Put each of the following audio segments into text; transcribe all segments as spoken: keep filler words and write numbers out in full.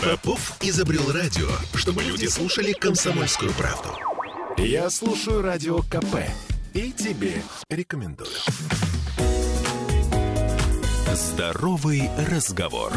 Попов изобрел радио, чтобы люди слушали «Комсомольскую правду». Я слушаю Радио КП и тебе рекомендую. Здоровый разговор.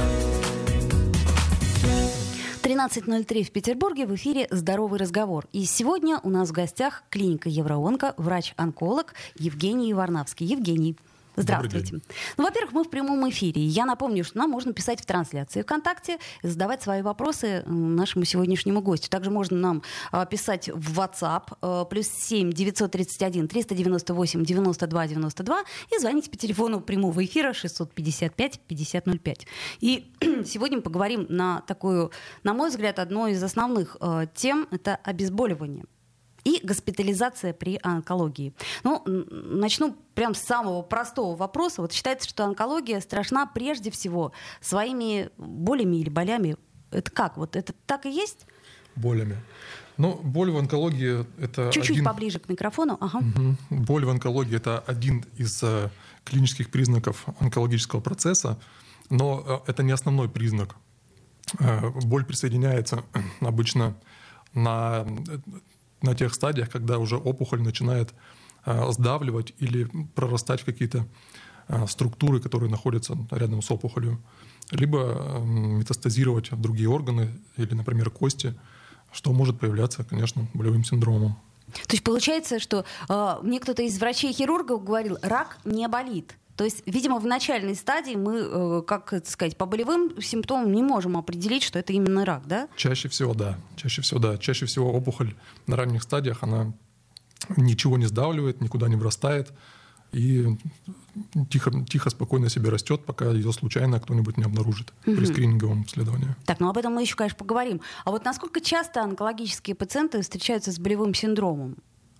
тринадцать ноль три в Петербурге, в эфире «Здоровый разговор». И сегодня у нас в гостях клиника «Евроонко», врач-онколог Евгений Варнавский. Евгений, здравствуйте. Ну, во-первых, мы в прямом эфире. Я напомню, что нам можно писать в трансляции ВКонтакте, задавать свои вопросы нашему сегодняшнему гостю. Также можно нам а, писать в WhatsApp а, плюс семь девятьсот тридцать один триста девяносто восемь девяносто два девяносто два и звонить по телефону прямого эфира шестьсот пятьдесят пять пятьдесят ноль пять. И сегодня мы поговорим на такую, на мой взгляд, одну из основных а, тем — это обезболивание и госпитализация при онкологии. Ну, начну прям с самого простого вопроса. Вот считается, что онкология страшна прежде всего своими болями или болями. Это как? Вот это так и есть? Болями. Ну, боль в онкологии — это Чуть-чуть один... поближе к микрофону. Ага. Угу. Боль в онкологии — это один из uh, клинических признаков онкологического процесса, но uh, это не основной признак. Uh, боль присоединяется обычно на... на тех стадиях, когда уже опухоль начинает э, сдавливать или прорастать в какие-то э, структуры, которые находятся рядом с опухолью, либо э, метастазировать в другие органы или, например, кости, что может появляться, конечно, болевым синдромом. То есть получается, что э, мне кто-то из врачей-хирургов говорил, рак не болит. То есть, видимо, в начальной стадии мы, как это сказать, по болевым симптомам не можем определить, что это именно рак, да? Чаще всего, да. Чаще всего, да. Чаще всего опухоль на ранних стадиях, она ничего не сдавливает, никуда не врастает и тихо, тихо спокойно себе растет, пока ее случайно кто-нибудь не обнаружит угу. при скрининговом обследовании. Так, ну об этом мы еще, конечно, поговорим. А вот насколько часто онкологические пациенты встречаются с болевым синдромом?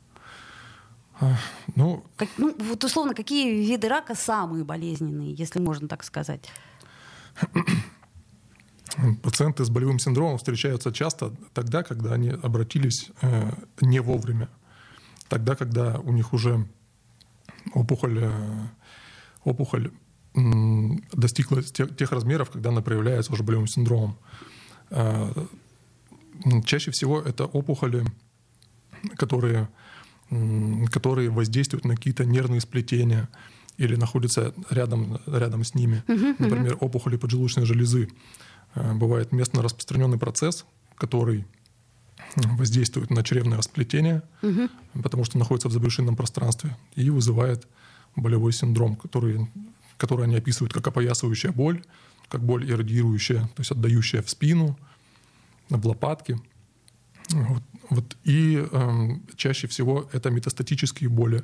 Ну, как, ну, вот условно, какие виды рака самые болезненные, если можно так сказать? Пациенты с болевым синдромом встречаются часто тогда, когда они обратились э, не вовремя. Тогда, когда у них уже опухоль, э, опухоль э, достигла тех, тех размеров, когда она проявляется уже болевым синдромом. Э, чаще всего это опухоли, которые... которые воздействуют на какие-то нервные сплетения или находятся рядом, рядом с ними. Uh-huh, Например, uh-huh. опухоли поджелудочной железы. Бывает местно распространенный процесс, который воздействует на чревное расплетение, uh-huh. потому что находится в забрюшинном пространстве, и вызывает болевой синдром, который, который они описывают как опоясывающая боль, как боль иррадиирующая, то есть отдающая в спину, в лопатки. Вот, вот. И э, чаще всего это метастатические боли,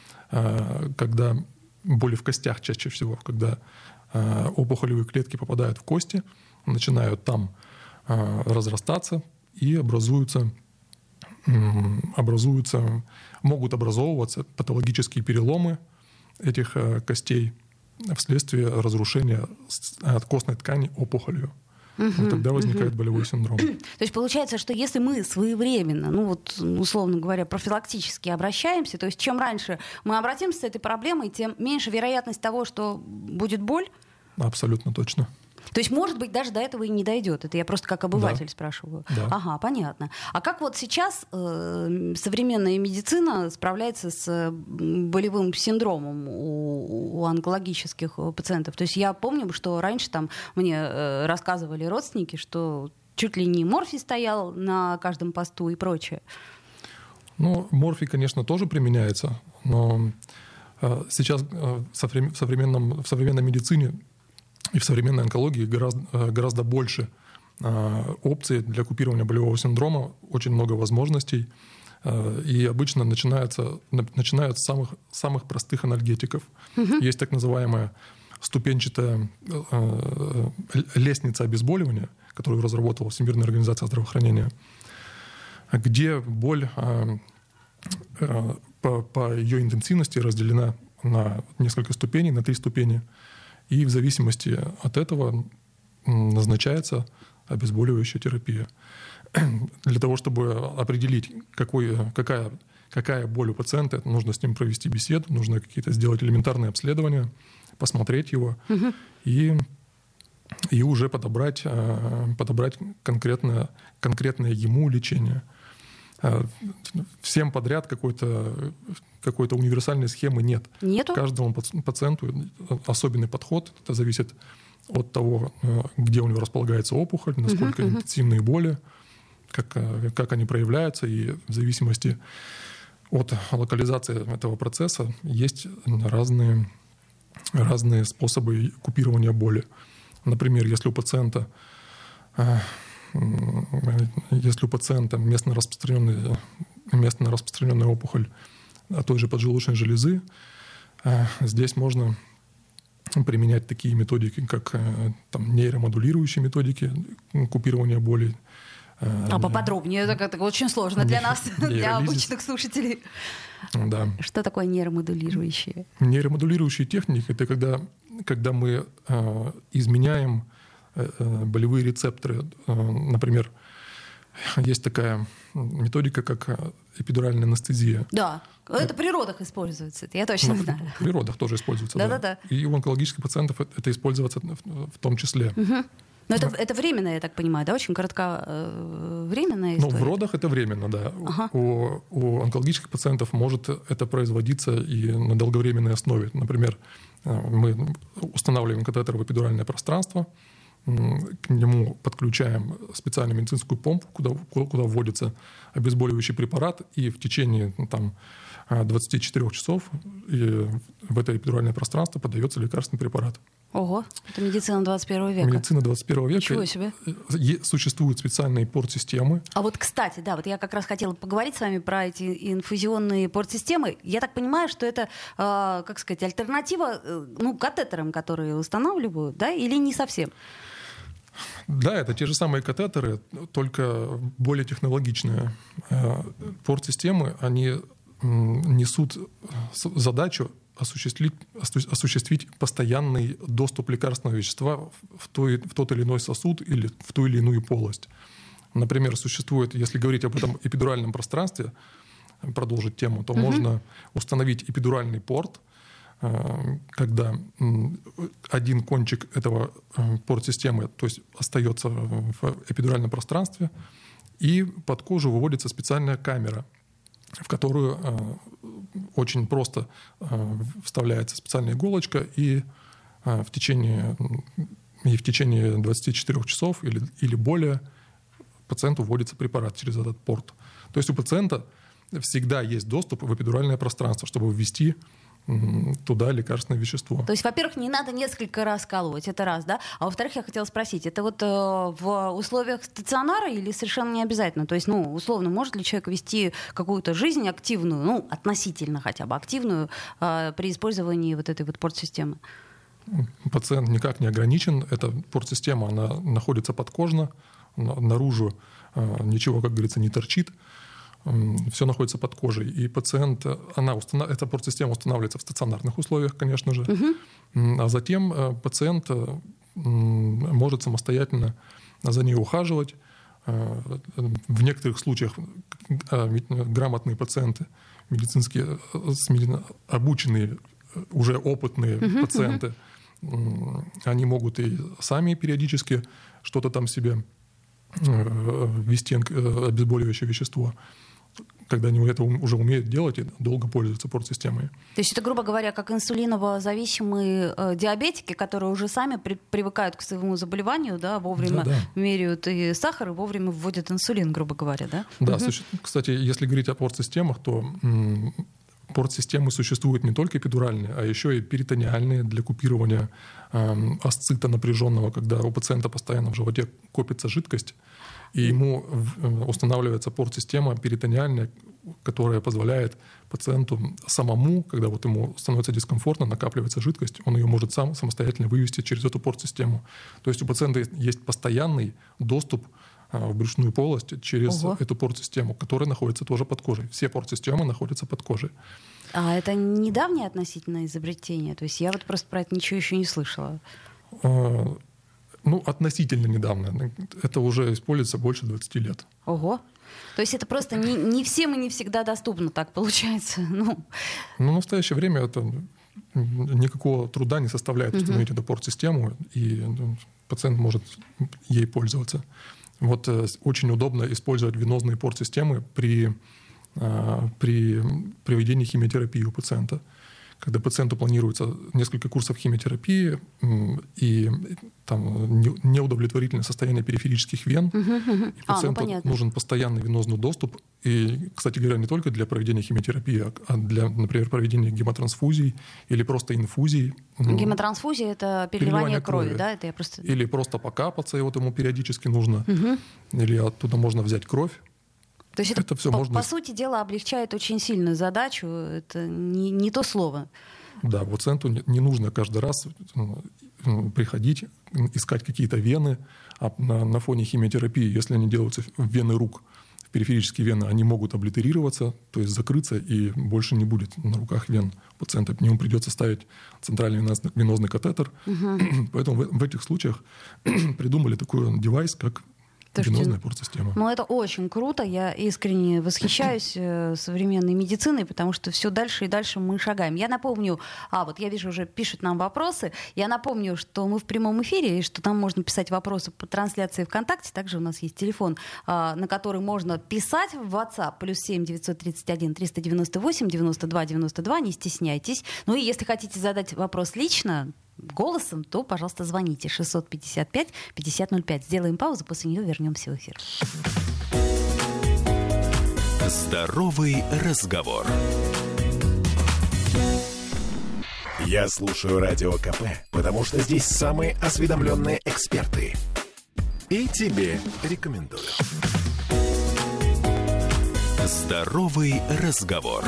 э, когда боли в костях чаще всего, когда э, опухолевые клетки попадают в кости, начинают там э, разрастаться и образуются, э, образуются, могут образовываться патологические переломы этих э, костей вследствие разрушения костной ткани опухолью. Uh-huh, вот тогда возникает uh-huh. болевой синдром. То есть получается, что если мы своевременно, ну вот условно говоря, профилактически обращаемся, то есть чем раньше мы обратимся с этой проблемой, тем меньше вероятность того, что будет боль? Абсолютно точно. То есть, может быть, даже до этого и не дойдет. Это я просто как обыватель да. спрашиваю. Да. Ага, понятно. А как вот сейчас э, современная медицина справляется с болевым синдромом у, у онкологических пациентов? То есть я помню, что раньше там мне э, рассказывали родственники, что чуть ли не морфий стоял на каждом посту и прочее. Ну, морфий, конечно, тоже применяется, но э, сейчас э, в, современном, в современной медицине и в современной онкологии гораздо, гораздо больше э, опций для купирования болевого синдрома, очень много возможностей. Э, и обычно начинается, начинают с самых, самых простых анальгетиков. Uh-huh. Есть так называемая ступенчатая э, лестница обезболивания, которую разработала Всемирная организация здравоохранения, где боль э, э, по, по ее интенсивности разделена на несколько ступеней, на три ступени. И в зависимости от этого назначается обезболивающая терапия. Для того, чтобы определить, какой, какая, какая боль у пациента, нужно с ним провести беседу, нужно какие-то сделать элементарные обследования, посмотреть его. Угу. И и уже подобрать, подобрать конкретное, конкретное ему лечение. Всем подряд какой-то, какой-то универсальной схемы нет. Нету? Каждому пациенту особенный подход. Это зависит от того, где у него располагается опухоль, насколько uh-huh, интенсивные боли, как, как они проявляются. И в зависимости от локализации этого процесса есть разные, разные способы купирования боли. Например, если у пациента Если у пациента местно распространенная, местно распространенная опухоль той же поджелудочной железы, здесь можно применять такие методики, как там, нейромодулирующие методики купирования боли. А поподробнее, это как-то очень сложно для нас, для обычных слушателей. Да. Что такое нейромодулирующие? Нейромодулирующие техники — это когда, когда мы изменяем болевые рецепторы. Например, есть такая методика, как эпидуральная анестезия. Да, это при родах используется, это я точно ну, знаю. При родах тоже используется, да. Да-да-да. И у онкологических пациентов это используется в том числе. Угу. Но это, это временно, я так понимаю, да? Очень кратковременная история? Ну, в родах это временно, да. Ага. У, у онкологических пациентов может это производиться и на долговременной основе. Например, мы устанавливаем катетер в эпидуральное пространство, к нему подключаем специальную медицинскую помпу, куда, куда вводится обезболивающий препарат, и в течение там, двадцати четырёх часов и в это эпидуральное пространство подается лекарственный препарат. Ого, это медицина двадцать первого века. Медицина двадцать первого века. Ничего себе. Существуют специальные порт-системы. А вот, кстати, да, вот я как раз хотела поговорить с вами про эти инфузионные порт-системы. Я так понимаю, что это, э, как сказать, альтернатива э, ну, катетерам, которые устанавливают, да, или не совсем? Да, это те же самые катетеры, только более технологичные. Порт-системы, они несут задачу осуществить, осуществить постоянный доступ лекарственного вещества в, той, в тот или иной сосуд или в ту или иную полость. Например, существует, если говорить об этом эпидуральном пространстве, продолжить тему, то угу. можно установить эпидуральный порт, когда один кончик этого порт-системы, то есть остается в эпидуральном пространстве, и под кожу выводится специальная камера, в которую очень просто вставляется специальная иголочка, и в течение, и в течение двадцати четырёх часов или, или более пациенту вводится препарат через этот порт. То есть у пациента всегда есть доступ в эпидуральное пространство, чтобы ввести туда лекарственное вещество. То есть, во-первых, не надо несколько раз колоть, это раз, да? А во-вторых, я хотела спросить, это вот э, в условиях стационара или совершенно не обязательно? То есть, ну, условно, может ли человек вести какую-то жизнь активную, ну, относительно хотя бы активную, э, при использовании вот этой вот порт-системы? Пациент никак не ограничен. Эта порт-система, она находится подкожно, наружу э, ничего, как говорится, не торчит. Все находится под кожей. И пациент, она установ... эта порт-система устанавливается в стационарных условиях, конечно же. Угу. А затем пациент может самостоятельно за ней ухаживать. В некоторых случаях грамотные пациенты, медицинские, обученные, уже опытные угу, пациенты, угу. они могут и сами периодически что-то там себе ввести, обезболивающее вещество, когда они это уже умеют делать и долго пользуются порт-системой. То есть это, грубо говоря, как инсулиново-зависимые э, диабетики, которые уже сами при, привыкают к своему заболеванию, да, вовремя да, да. меряют и сахар, и вовремя вводят инсулин, грубо говоря, да? Да, угу. Кстати, если говорить о порт-системах, то м- порт-системы существуют не только эпидуральные, а еще и перитониальные для купирования э, асцита напряженного, когда у пациента постоянно в животе копится жидкость, и ему устанавливается порт-система перитониальная, которая позволяет пациенту самому, когда вот ему становится дискомфортно, накапливается жидкость, он ее может сам самостоятельно вывести через эту порт-систему. То есть у пациента есть постоянный доступ в брюшную полость через Ого. эту порт-систему, которая находится тоже под кожей. Все порт-системы находятся под кожей. А это недавнее относительно изобретение? То есть я вот просто про это ничего еще не слышала. Ну, относительно недавно. Это уже используется больше двадцати лет. Ого. То есть это просто не, не всем и не всегда доступно, так получается? Ну, ну в настоящее время это никакого труда не составляет установить uh-huh. эту порт-систему, и пациент может ей пользоваться. Вот очень удобно использовать венозные порт-системы при, при проведении химиотерапии у пациента. Когда пациенту планируется несколько курсов химиотерапии и там неудовлетворительное состояние периферических вен, uh-huh, uh-huh. и пациенту а, ну, нужен постоянный венозный доступ. И, кстати говоря, не только для проведения химиотерапии, а для, например, проведения гемотрансфузий или просто инфузий. Гемотрансфузия — это переливание, переливание крови, крови, да? Это я просто... Или просто покапаться, и вот ему периодически нужно. Uh-huh. Или оттуда можно взять кровь. То есть это, это все по, можно... по сути дела, облегчает очень сильно задачу. Это не, не то слово. Да, пациенту не нужно каждый раз приходить, искать какие-то вены. А на, на фоне химиотерапии, если они делаются в вены рук, в периферические вены, они могут облитерироваться, то есть закрыться, и больше не будет на руках вен пациента. Ему придется ставить центральный венозный катетер. Угу. Поэтому в, в этих случаях придумали такой девайс, как венозная порт-система. Ну, это очень круто. Я искренне восхищаюсь э, современной медициной, потому что все дальше и дальше мы шагаем. Я напомню, а вот я вижу, уже пишут нам вопросы. Я напомню, что мы в прямом эфире, и что там можно писать вопросы по трансляции ВКонтакте. Также у нас есть телефон, э, на который можно писать в WhatsApp. Плюс семь девятьсот тридцать один триста девяносто восемь девяносто два девяносто два. Не стесняйтесь. Ну и если хотите задать вопрос лично, голосом, то, пожалуйста, звоните. шестьсот пятьдесят пять пятьдесят ноль пять. Сделаем паузу, после нее вернемся в эфир. Здоровый разговор. Я слушаю Радио КП, потому что здесь самые осведомленные эксперты. И тебе рекомендую. Здоровый разговор.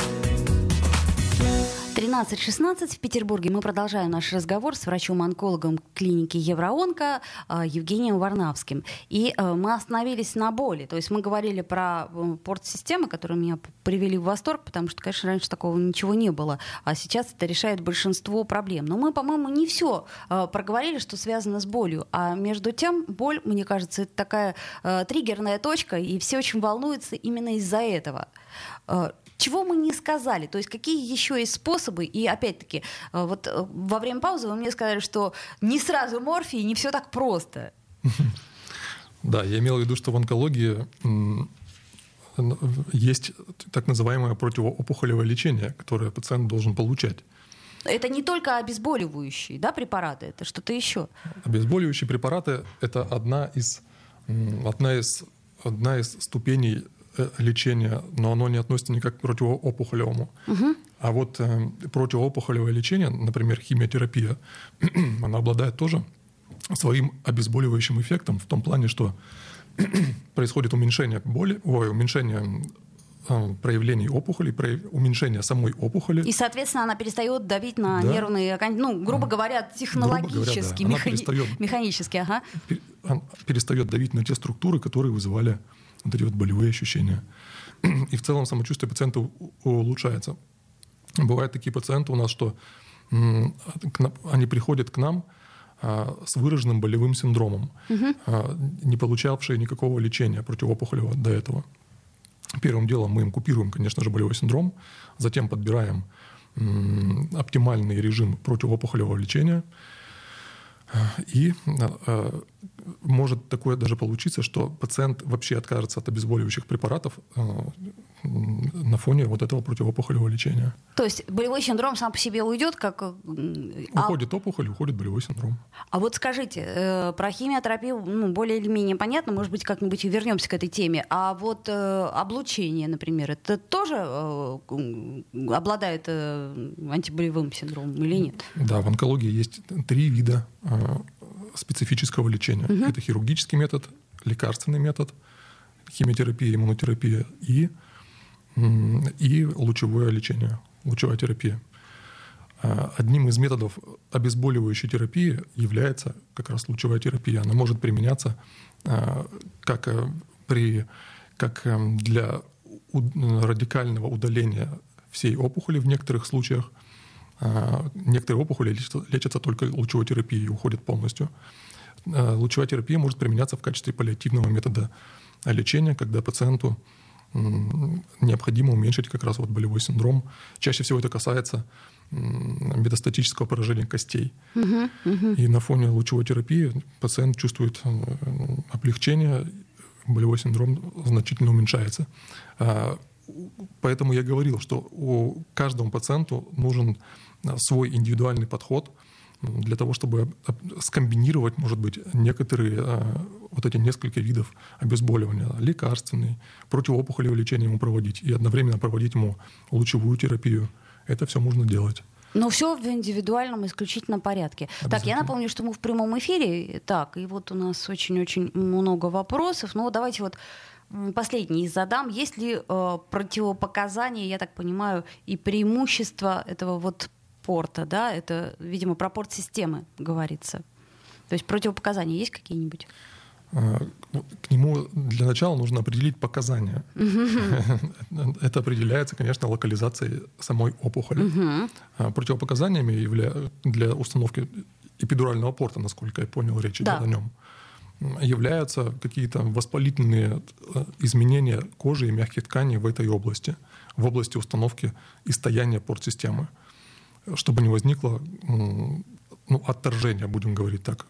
тринадцать шестнадцать в Петербурге. Мы продолжаем наш разговор с врачом-онкологом клиники Евроонко Евгением Варнавским. И мы остановились на боли. То есть мы говорили про порт-системы, которые меня привели в восторг, потому что, конечно, раньше такого ничего не было. А сейчас это решает большинство проблем. Но мы, по-моему, не все проговорили, что связано с болью. А между тем, боль, мне кажется, это такая триггерная точка, и все очень волнуются именно из-за этого. Чего мы не сказали? То есть какие еще есть способы? И опять-таки, вот во время паузы вы мне сказали, что не сразу морфий, не все так просто. Да, я имел в виду, что в онкологии есть так называемое противоопухолевое лечение, которое пациент должен получать. Это не только обезболивающие, да, препараты, это что-то еще? Обезболивающие препараты — это одна из, одна из, одна из ступеней лечения, но оно не относится никак к противоопухолевому. Угу. А вот э, противоопухолевое лечение, например, химиотерапия, она обладает тоже своим обезболивающим эффектом в том плане, что происходит уменьшение боли, ой, уменьшение э, проявлений опухоли, прояв... уменьшение самой опухоли. И, соответственно, она перестает давить на да. нервные, ну, грубо говоря, технологически, грубо говоря, да. механи... перестает, механически, ага. перестает давить на те структуры, которые вызывали вот эти вот болевые ощущения. И в целом самочувствие пациента улучшается. Бывают такие пациенты у нас, что они приходят к нам с выраженным болевым синдромом, угу. не получавшие никакого лечения противоопухолевого до этого. Первым делом мы им купируем, конечно же, болевой синдром, затем подбираем оптимальный режим противоопухолевого лечения. И э, может такое даже получиться, что пациент вообще откажется от обезболивающих препаратов э, на фоне вот этого противоопухолевого лечения. То есть болевой синдром сам по себе уйдет, как... Уходит а... опухоль, уходит болевой синдром. А вот скажите, э, про химиотерапию ну, более или менее понятно, может быть, как-нибудь и вернемся к этой теме. А вот э, облучение, например, это тоже э, обладает э, антиболевым синдромом или нет? Да, в онкологии есть три вида специфического лечения. Угу. Это хирургический метод, лекарственный метод, химиотерапия, иммунотерапия и, и лучевое лечение, лучевая терапия. Одним из методов обезболивающей терапии является как раз лучевая терапия. Она может применяться как, при, как для радикального удаления всей опухоли в некоторых случаях. Некоторые опухоли лечатся, лечатся только лучевой терапией и уходят полностью. Лучевая терапия может применяться в качестве паллиативного метода лечения, когда пациенту необходимо уменьшить как раз вот болевой синдром. Чаще всего это касается метастатического поражения костей. Uh-huh, uh-huh. И на фоне лучевой терапии пациент чувствует облегчение, болевой синдром значительно уменьшается. Поэтому я говорил, что у каждому пациенту нужен свой индивидуальный подход для того, чтобы скомбинировать, может быть, некоторые вот эти несколько видов обезболивания, лекарственный, противоопухолевое лечение ему проводить и одновременно проводить ему лучевую терапию. Это все можно делать. Но все в индивидуальном исключительно порядке. Так, я напомню, что мы в прямом эфире. Так, и вот у нас очень-очень много вопросов. Ну, давайте вот последний задам. Есть ли э, противопоказания, я так понимаю, и преимущества этого вот порта, да? Это, видимо, про порт-системы говорится. То есть противопоказания есть какие-нибудь? К нему для начала нужно определить показания. Uh-huh. Это определяется, конечно, локализацией самой опухоли. Uh-huh. Противопоказаниями явля... для установки эпидурального порта, насколько я понял, речь идет да. о нем, являются какие-то воспалительные изменения кожи и мягких тканей в этой области, в области установки и стояния порт-системы, чтобы не возникло ну, отторжения, будем говорить так,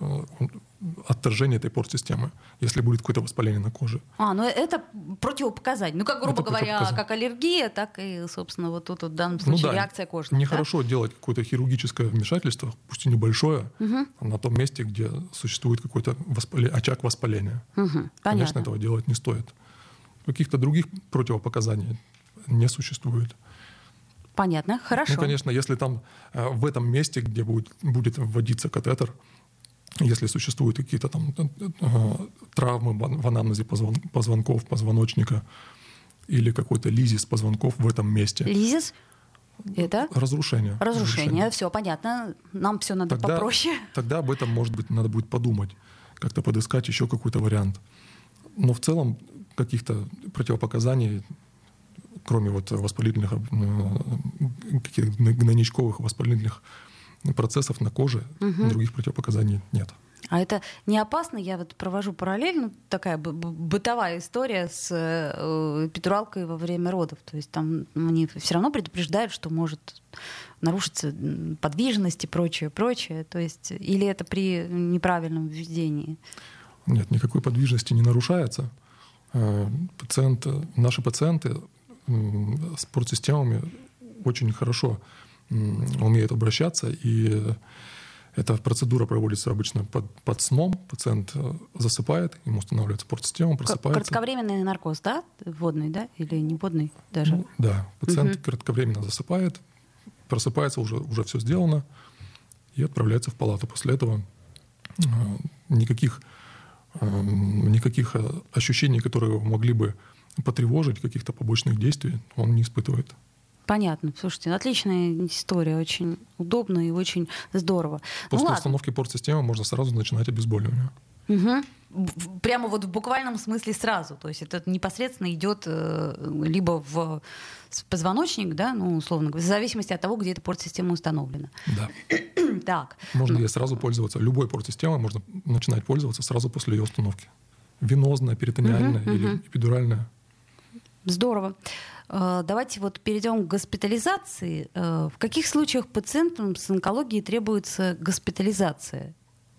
отторжение этой порт-системы, если будет какое-то воспаление на коже. А, ну это противопоказание. Ну, как, грубо говоря, как аллергия, так и, собственно, вот тут в данном случае ну, да, реакция кожи. Нехорошо да? делать какое-то хирургическое вмешательство, пусть и небольшое, угу. на том месте, где существует какой-то воспале... очаг воспаления. Угу. Конечно, этого делать не стоит. Каких-то других противопоказаний не существует. Понятно, хорошо. Ну, конечно, если там в этом месте, где будет, будет вводиться катетер, если существуют какие-то там травмы в анамнезе позвонков, позвоночника или какой-то лизис позвонков в этом месте. Лизис? Это? Разрушение. Разрушение, Разрушение. Все понятно. Нам все надо тогда, попроще. Тогда об этом, может быть, надо будет подумать, как-то подыскать еще какой-то вариант. Но в целом каких-то противопоказаний, кроме вот воспалительных, каких-то гнойничковых воспалительных процессов на коже, угу. других противопоказаний нет. А это не опасно? Я вот провожу параллель, ну, такая бытовая история с э, эпидуралкой во время родов. То есть там мне все равно предупреждают, что может нарушиться подвижность и прочее, прочее. То есть или это при неправильном введении? Нет, никакой подвижности не нарушается. Пациенты, наши пациенты с порт-системами очень хорошо умеют обращаться, и эта процедура проводится обычно под, под сном. Пациент засыпает, ему устанавливается порт-система, просыпается. Кратковременный наркоз, да? Водный, да? Или не водный даже? Ну, да, пациент угу. кратковременно засыпает, просыпается, уже, уже все сделано, и отправляется в палату. После этого никаких, никаких ощущений, которые могли бы потревожить, каких-то побочных действий, он не испытывает. Понятно. Слушайте, отличная история, очень удобно и очень здорово. После ну, установки порт-системы можно сразу начинать обезболивание. Угу. Прямо вот в буквальном смысле сразу. То есть это непосредственно идет либо в позвоночник, да, ну, условно говоря, в зависимости от того, где эта порт-система установлена. Да. Так. Можно ну. ей сразу пользоваться. Любой порт-системой можно начинать пользоваться сразу после ее установки. Венозная, перитониальная угу, или угу. эпидуральная. Здорово. Давайте вот перейдем к госпитализации. В каких случаях пациентам с онкологией требуется госпитализация?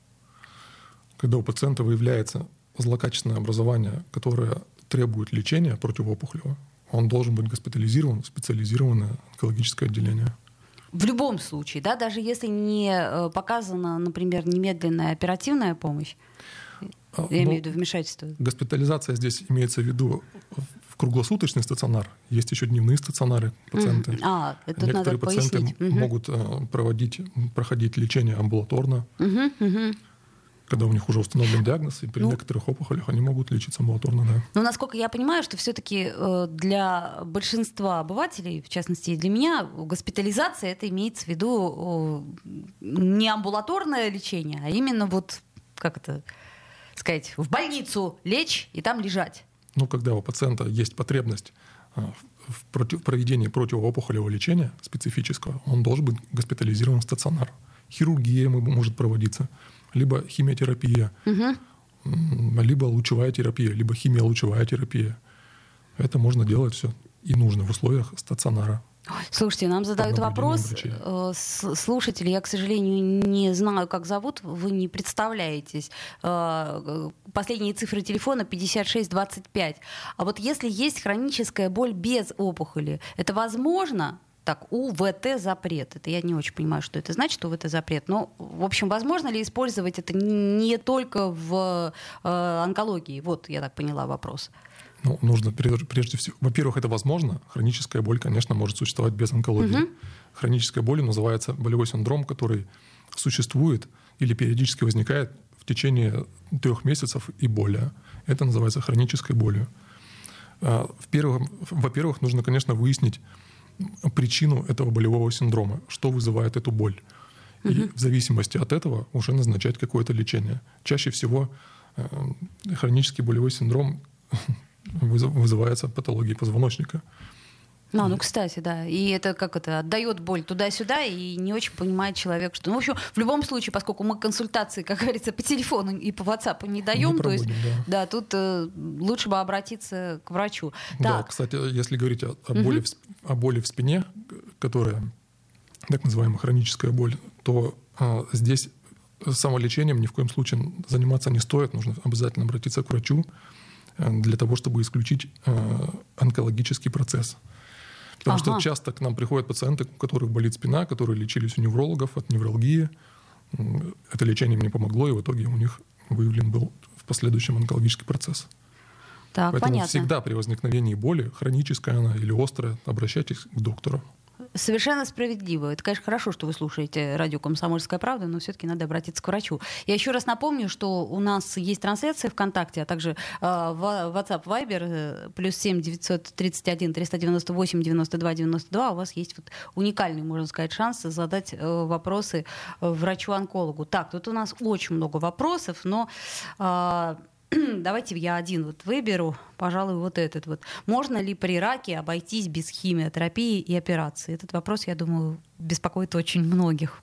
Когда у пациента выявляется злокачественное образование, которое требует лечения противоопухолевого, он должен быть госпитализирован в специализированное онкологическое отделение. В любом случае, да, даже если не показана, например, немедленная оперативная помощь? Я ну, имею в виду вмешательство. Госпитализация здесь имеется в виду в круглосуточный стационар. Есть еще дневные стационары пациенты. Mm-hmm. А, это Некоторые надо пациенты пояснить. могут проводить, проходить лечение амбулаторно. Mm-hmm. Mm-hmm. Когда у них уже установлен диагноз, и при ну, некоторых опухолях они могут лечиться амбулаторно. Да. Ну, насколько я понимаю, что все-таки для большинства обывателей, в частности и для меня, госпитализация — это имеется в виду не амбулаторное лечение, а именно вот как это сказать, в больницу лечь и там лежать. Ну, когда у пациента есть потребность в против, проведении противоопухолевого лечения специфического, он должен быть госпитализирован в стационар. Хирургия может проводиться, либо химиотерапия, угу. либо лучевая терапия, либо химиолучевая терапия. Это можно делать все и нужно в условиях стационара. Слушайте, нам задают вопрос. Слушатели, я, к сожалению, не знаю, как зовут, вы не представляетесь. Последние цифры телефона пятьдесят шесть двадцать пять. А вот если есть хроническая боль без опухоли, это возможно? Так, у ВТ запрет. Это я не очень понимаю, что это значит, у ВТ запрет. Но, в общем, возможно ли использовать это не только в онкологии? Вот, я так поняла вопрос. Ну, нужно прежде всего... Во-первых, это возможно. Хроническая боль, конечно, может существовать без онкологии. Угу. Хронической болью называется болевой синдром, который существует или периодически возникает в течение трех месяцев и более. Это называется хронической болью. Во-первых, нужно, конечно, выяснить причину этого болевого синдрома, что вызывает эту боль. Угу. И в зависимости от этого уже назначать какое-то лечение. Чаще всего хронический болевой синдром вызывается патологией позвоночника. Ну, ну, кстати, да. И это как это отдает боль туда-сюда, и не очень понимает человек, что. Ну, в общем, в любом случае, поскольку мы консультации, как говорится, по телефону и по WhatsApp не даем, не проводим, то есть, да, да тут э, лучше бы обратиться к врачу. Да, так. Кстати, если говорить о, о, боли, угу. в, о боли в спине, которая так называемая хроническая боль, то э, здесь самолечением ни в коем случае заниматься не стоит. Нужно обязательно обратиться к врачу для того, чтобы исключить э, онкологический процесс. Потому ага. что часто к нам приходят пациенты, у которых болит спина, которые лечились у неврологов от невралгии. Это лечение им не помогло, и в итоге у них выявлен был в последующем онкологический процесс. Так, Поэтому понятно. всегда при возникновении боли, хроническая она или острая, обращайтесь к доктору. Совершенно справедливо. Это, конечно, хорошо, что вы слушаете радио «Комсомольская правда», но все-таки надо обратиться к врачу. Я еще раз напомню, что у нас есть трансляция ВКонтакте, а также э, WhatsApp, Viber, плюс семь девятьсот тридцать один триста девяносто восемь девяносто два девяносто два. У вас есть вот уникальный, можно сказать, шанс задать э, вопросы врачу-онкологу. Так, тут у нас очень много вопросов, но... Э, давайте я один вот выберу, пожалуй, вот этот вот. Можно ли при раке обойтись без химиотерапии и операции? Этот вопрос, я думаю, беспокоит очень многих.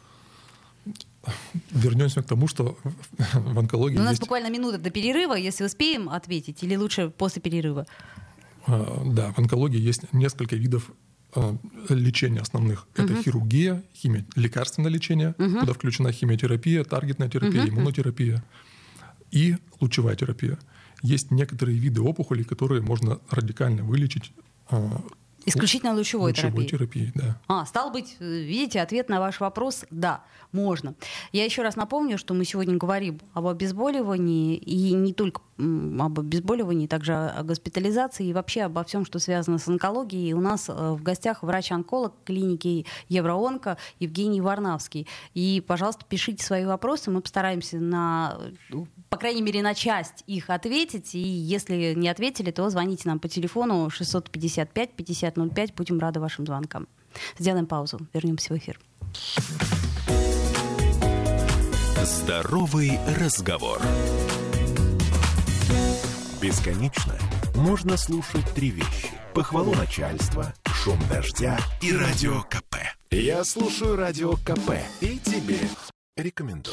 Вернемся к тому, что в онкологии У нас есть... буквально минута до перерыва, если успеем ответить, или лучше после перерыва? Да, в онкологии есть несколько видов лечения основных. Uh-huh. Это хирургия, химия, лекарственное лечение, uh-huh. куда включена химиотерапия, таргетная терапия, uh-huh. иммунотерапия и лучевая терапия. Есть некоторые виды опухолей, которые можно радикально вылечить. Исключительно лучевой, лучевой терапией. терапией, да. А, стало быть, видите, ответ на ваш вопрос – да, можно. Я еще раз напомню, что мы сегодня говорим об обезболивании, и не только об обезболивании, также о госпитализации и вообще обо всем, что связано с онкологией. У нас в гостях врач-онколог клиники Евроонко Евгений Варнавский. И, пожалуйста, пишите свои вопросы, мы постараемся на, по крайней мере, на часть их ответить. И если не ответили, то звоните нам по телефону шестьсот пятьдесят пять пятьдесят ноль пять. Будем рады вашим звонкам. Сделаем паузу. Вернемся в эфир. Здоровый разговор. Бесконечно можно слушать три вещи: похвалу начальства, шум дождя и радио КП. Я слушаю радио КП и тебе рекомендую.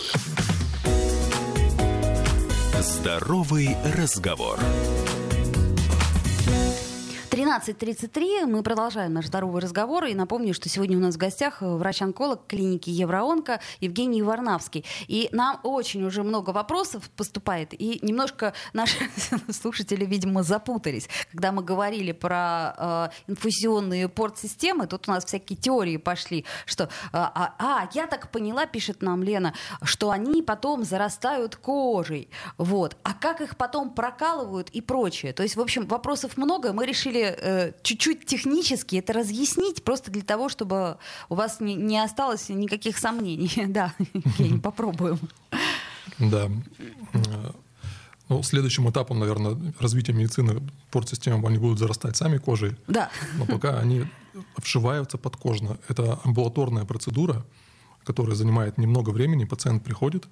Здоровый разговор. тринадцать тридцать три. Мы продолжаем наш здоровый разговор. И напомню, что сегодня у нас в гостях врач-онколог клиники Евроонко Евгений Варнавский. И нам очень уже много вопросов поступает. И немножко наши слушатели, видимо, запутались. Когда мы говорили про э, инфузионные порт-системы, тут у нас всякие теории пошли, что... Э, а, а, я так поняла, пишет нам Лена, что они потом зарастают кожей. Вот. А как их потом прокалывают и прочее? То есть, в общем, вопросов много. Мы решили чуть-чуть технически это разъяснить, просто для того, чтобы у вас не, не осталось никаких сомнений. Да, Евгений, попробуем. Да. Ну, следующим этапом, наверное, развития медицины порт-системы, они будут зарастать сами кожей. Да. Но пока они вшиваются подкожно. Это амбулаторная процедура, которая занимает немного времени. Пациент приходит,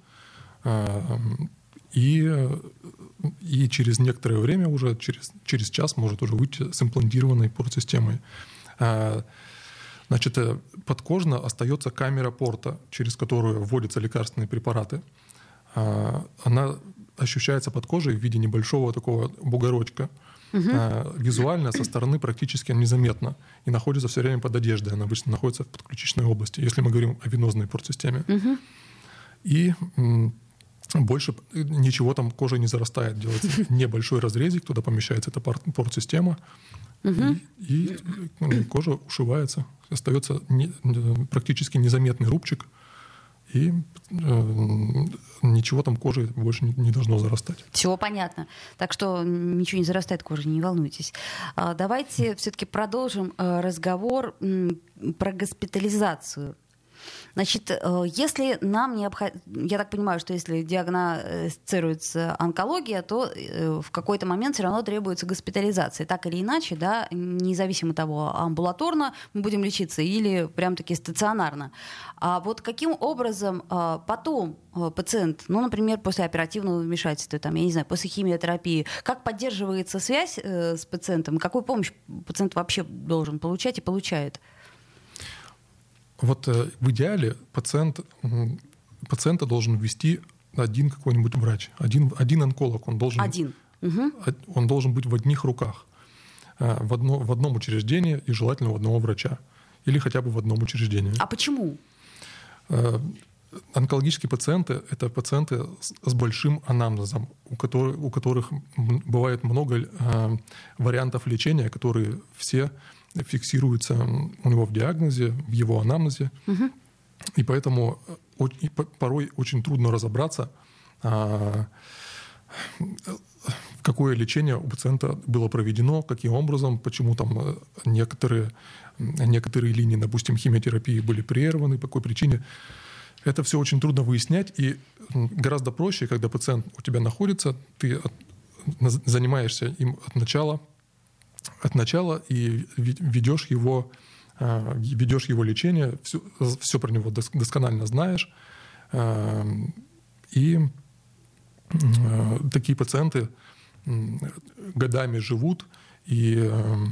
и, и через некоторое время, уже через, через час, может уже выйти с имплантированной порт-системой. Значит, подкожно остается камера порта, через которую вводятся лекарственные препараты. Она ощущается под кожей в виде небольшого такого бугорочка. Угу. Визуально со стороны практически незаметна и находится все время под одеждой. Она обычно находится в подключичной области, если мы говорим о венозной портсистеме. Угу. И больше ничего там кожей не зарастает. Делается небольшой разрезик, туда помещается эта портсистема, угу. и, и кожа ушивается. Остается не, практически незаметный рубчик, и э, ничего там кожи больше не, не должно зарастать. Все понятно. Так что ничего не зарастает кожа, не волнуйтесь. А, давайте все-таки продолжим э, разговор м, про госпитализацию. Значит, если нам необходимо... Я так понимаю, что если диагностируется онкология, то в какой-то момент все равно требуется госпитализация. Так или иначе, да, независимо от того, амбулаторно мы будем лечиться или прям-таки стационарно. А вот каким образом потом пациент, ну, например, после оперативного вмешательства, там, я не знаю, после химиотерапии, как поддерживается связь с пациентом, какую помощь пациент вообще должен получать и получает? Вот э, в идеале пациент, э, пациента должен ввести один какой-нибудь врач, один, один онколог. Он должен, один. Угу. Он должен быть в одних руках, э, в, одно, в одном учреждении и желательно у одного врача. Или хотя бы в одном учреждении. А почему? Э, онкологические пациенты — это пациенты с, с большим анамнезом, у которых, у которых бывает много э, вариантов лечения, которые все фиксируется у него в диагнозе, в его анамнезе. Угу. И поэтому порой очень трудно разобраться, в какое лечение у пациента было проведено, каким образом, почему там некоторые, некоторые линии, допустим, химиотерапии были прерваны, по какой причине. Это все очень трудно выяснять, и гораздо проще, когда пациент у тебя находится, ты занимаешься им от начала, от начала и ведешь его, ведешь его лечение, все, все про него досконально знаешь. И такие пациенты годами живут, и,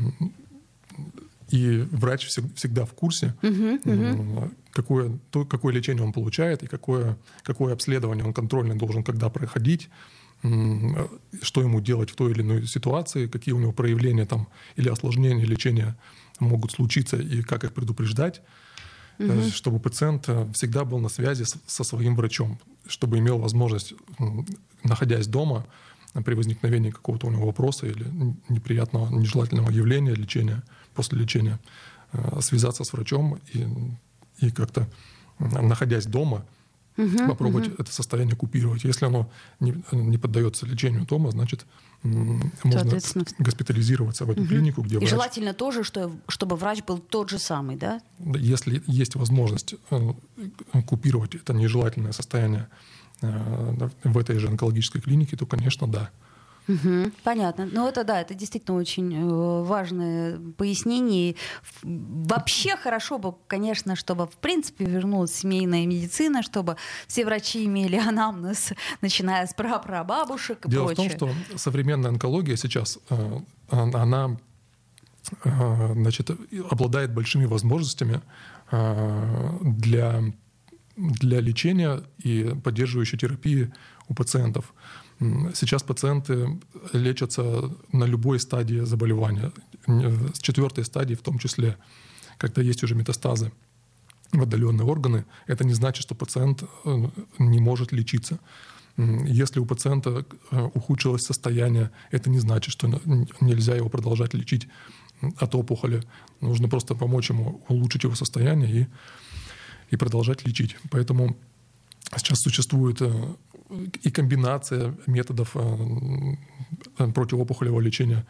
и врач всегда в курсе, uh-huh, uh-huh. Какое, то, какое лечение он получает и какое, какое обследование он контрольное должен когда проходить, что ему делать в той или иной ситуации, какие у него проявления там, или осложнения лечения могут случиться и как их предупреждать, угу. чтобы пациент всегда был на связи со своим врачом, чтобы имел возможность, находясь дома, при возникновении какого-то у него вопроса или неприятного, нежелательного явления лечения, после лечения, связаться с врачом и, и как-то, находясь дома, Uh-huh, попробовать uh-huh. это состояние купировать. Если оно не, не поддается лечению дома, значит, можно госпитализироваться в эту uh-huh. клинику, где И врач... желательно тоже, что, чтобы врач был тот же самый, да? Если есть возможность купировать это нежелательное состояние в этой же онкологической клинике, то, конечно, да. Угу, понятно. Ну, это да, это действительно очень э, важное пояснение. Вообще хорошо бы, конечно, чтобы в принципе вернулась семейная медицина, чтобы все врачи имели анамнез, начиная с прапрабабушек и Дело прочее. в том, что современная онкология сейчас, э, она э, значит, обладает большими возможностями э, для, для лечения и поддерживающей терапии у пациентов. Сейчас пациенты лечатся на любой стадии заболевания, с четвертой стадии в том числе, когда есть уже метастазы в отдаленные органы. Это не значит, что пациент не может лечиться. Если у пациента ухудшилось состояние, это не значит, что нельзя его продолжать лечить от опухоли. Нужно просто помочь ему улучшить его состояние и, и продолжать лечить. Поэтому сейчас существует и комбинация методов противоопухолевого лечения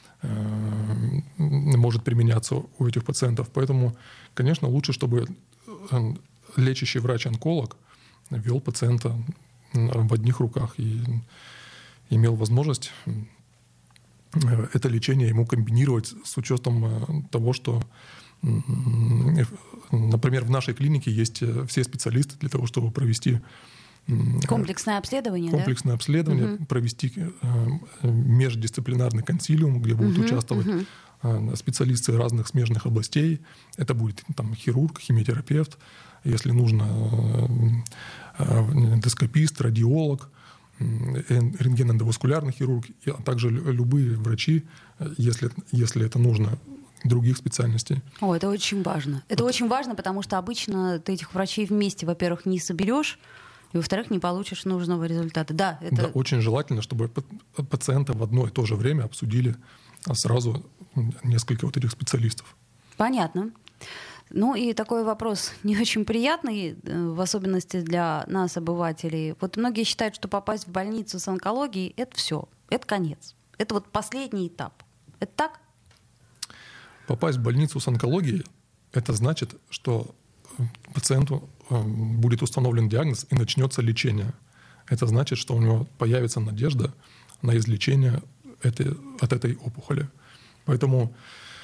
может применяться у этих пациентов. Поэтому, конечно, лучше, чтобы лечащий врач-онколог вел пациента в одних руках и имел возможность это лечение ему комбинировать с учетом того, что, например, в нашей клинике есть все специалисты для того, чтобы провести комплексное обследование, комплексное да? обследование, угу. провести междисциплинарный консилиум, где будут угу, участвовать угу. специалисты разных смежных областей. Это будет там хирург, химиотерапевт, если нужно, эндоскопист, радиолог, рентгеноэндоваскулярный хирург, а также любые врачи, если, если это нужно, других специальностей. О, это очень важно. Это вот. Очень важно, потому что обычно ты этих врачей вместе, во-первых, не соберешь, и, во-вторых, не получишь нужного результата. Да, это... да, очень желательно, чтобы пациенты в одно и то же время обсудили сразу несколько вот этих специалистов. Понятно. Ну и такой вопрос не очень приятный, в особенности для нас, обывателей. Вот многие считают, что попасть в больницу с онкологией — это все, это конец. Это вот последний этап. Это так? Попасть в больницу с онкологией — это значит, что пациенту будет установлен диагноз и начнется лечение. Это значит, что у него появится надежда на излечение этой, от этой опухоли. Поэтому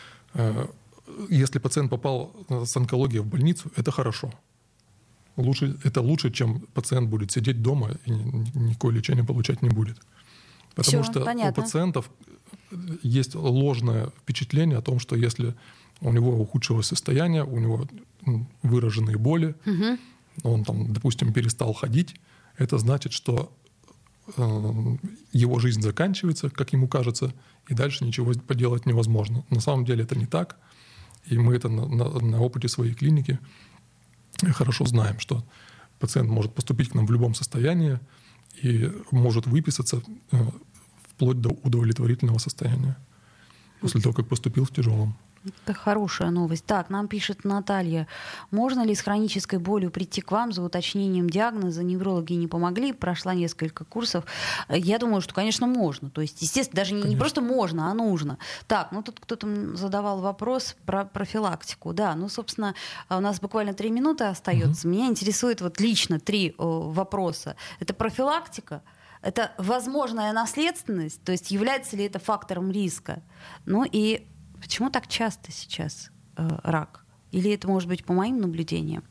если пациент попал с онкологией в больницу, это хорошо. Лучше, это лучше, чем пациент будет сидеть дома и никакое лечение получать не будет. Потому Всё, что понятно. У пациентов есть ложное впечатление о том, что если у него ухудшилось состояние, у него выраженные боли, угу. он, там, допустим, перестал ходить, это значит, что э, его жизнь заканчивается, как ему кажется, и дальше ничего поделать невозможно. На самом деле это не так. И мы это на, на, на опыте своей клиники хорошо знаем, что пациент может поступить к нам в любом состоянии и может выписаться э, вплоть до удовлетворительного состояния после того, как поступил в тяжелом. Это хорошая новость. Так, нам пишет Наталья. Можно ли с хронической болью прийти к вам за уточнением диагноза? Неврологи не помогли, прошла несколько курсов. Я думаю, что, конечно, можно. То есть, естественно, даже не, не просто можно, а нужно. Так, ну тут кто-то задавал вопрос про профилактику. Да, ну, собственно, у нас буквально три минуты остается. Угу. Меня интересует вот лично три о, вопроса. Это профилактика, это возможная наследственность, то есть является ли это фактором риска? Ну и почему так часто сейчас э, рак? Или это может быть по моим наблюдениям?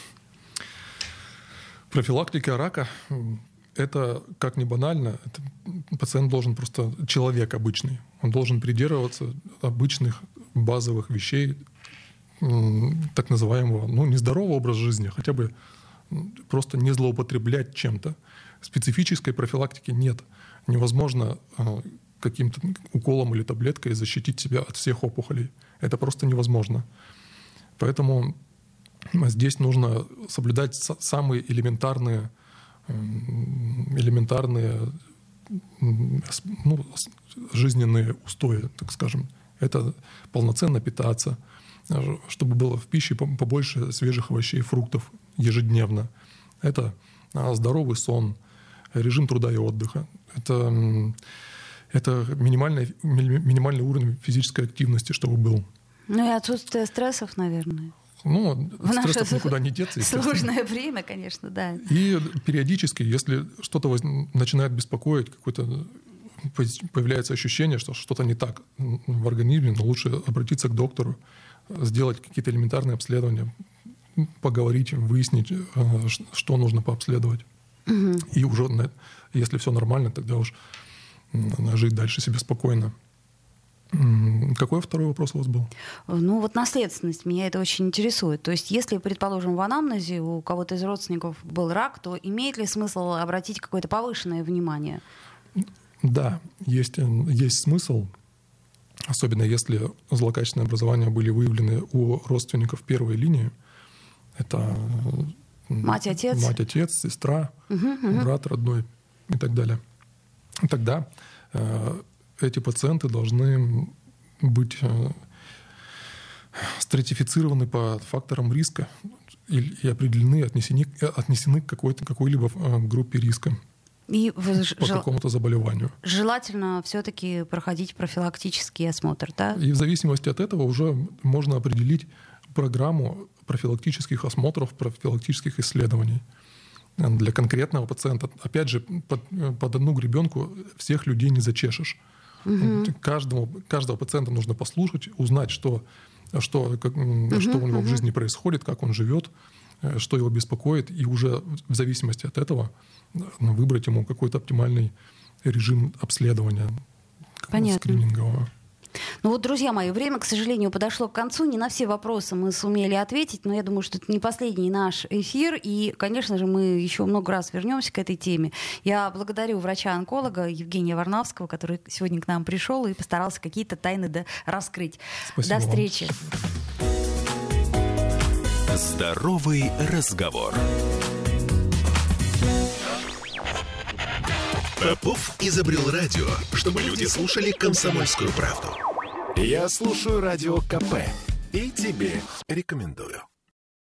Профилактика рака — это, как ни банально, это пациент должен просто, человек обычный, он должен придерживаться обычных базовых вещей, так называемого, ну, нездорового образа жизни, хотя бы просто не злоупотреблять чем-то. Специфической профилактики нет. Невозможно каким-то уколом или таблеткой защитить себя от всех опухолей. Это просто невозможно. Поэтому здесь нужно соблюдать самые элементарные, элементарные ну, жизненные устои, так скажем. Это полноценно питаться, чтобы было в пище побольше свежих овощей и фруктов ежедневно. Это здоровый сон, режим труда и отдыха. Это, это минимальный, минимальный уровень физической активности, чтобы был. Ну и отсутствие стрессов, наверное. Ну, в стрессов никуда не деться. Сложное время, конечно, да. И периодически, если что-то воз... начинает беспокоить, какое-то появляется ощущение, что что-то не так в организме, но лучше обратиться к доктору, сделать какие-то элементарные обследования, поговорить, выяснить, что нужно пообследовать. Угу. И уже, если все нормально, тогда уж жить дальше себе спокойно. Какой второй вопрос у вас был? Ну вот наследственность, меня это очень интересует. То есть если, предположим, в анамнезе у кого-то из родственников был рак, то имеет ли смысл обратить какое-то повышенное внимание? Да, есть, есть смысл, особенно если злокачественные образования были выявлены у родственников первой линии. Это мать, отец, мать, отец, сестра, угу, угу. брат родной и так далее. Тогда э, эти пациенты должны быть э, стратифицированы по факторам риска и, и определены, отнесены, отнесены к какой-то, какой-либо э, группе риска. И по жел... какому-то заболеванию. Желательно все-таки проходить профилактический осмотр, да? И в зависимости от этого уже можно определить программу профилактических осмотров, профилактических исследований для конкретного пациента. Опять же, под, под одну гребенку всех людей не зачешешь. Угу. Каждому, каждого пациента нужно послушать, узнать, что, что, как, угу, что у него угу. в жизни происходит, как он живет, что его беспокоит, и уже в зависимости от этого выбрать ему какой-то оптимальный режим обследования скринингового. Ну вот, друзья мои, время, к сожалению, подошло к концу. Не на все вопросы мы сумели ответить, но я думаю, что это не последний наш эфир. И, конечно же, мы еще много раз вернемся к этой теме. Я благодарю врача-онколога Евгения Варнавского, который сегодня к нам пришел и постарался какие-то тайны да, раскрыть. Спасибо. До встречи. Здоровый разговор. Попов изобрел радио, чтобы люди слушали «Комсомольскую правду». Я слушаю Радио КП и тебе рекомендую.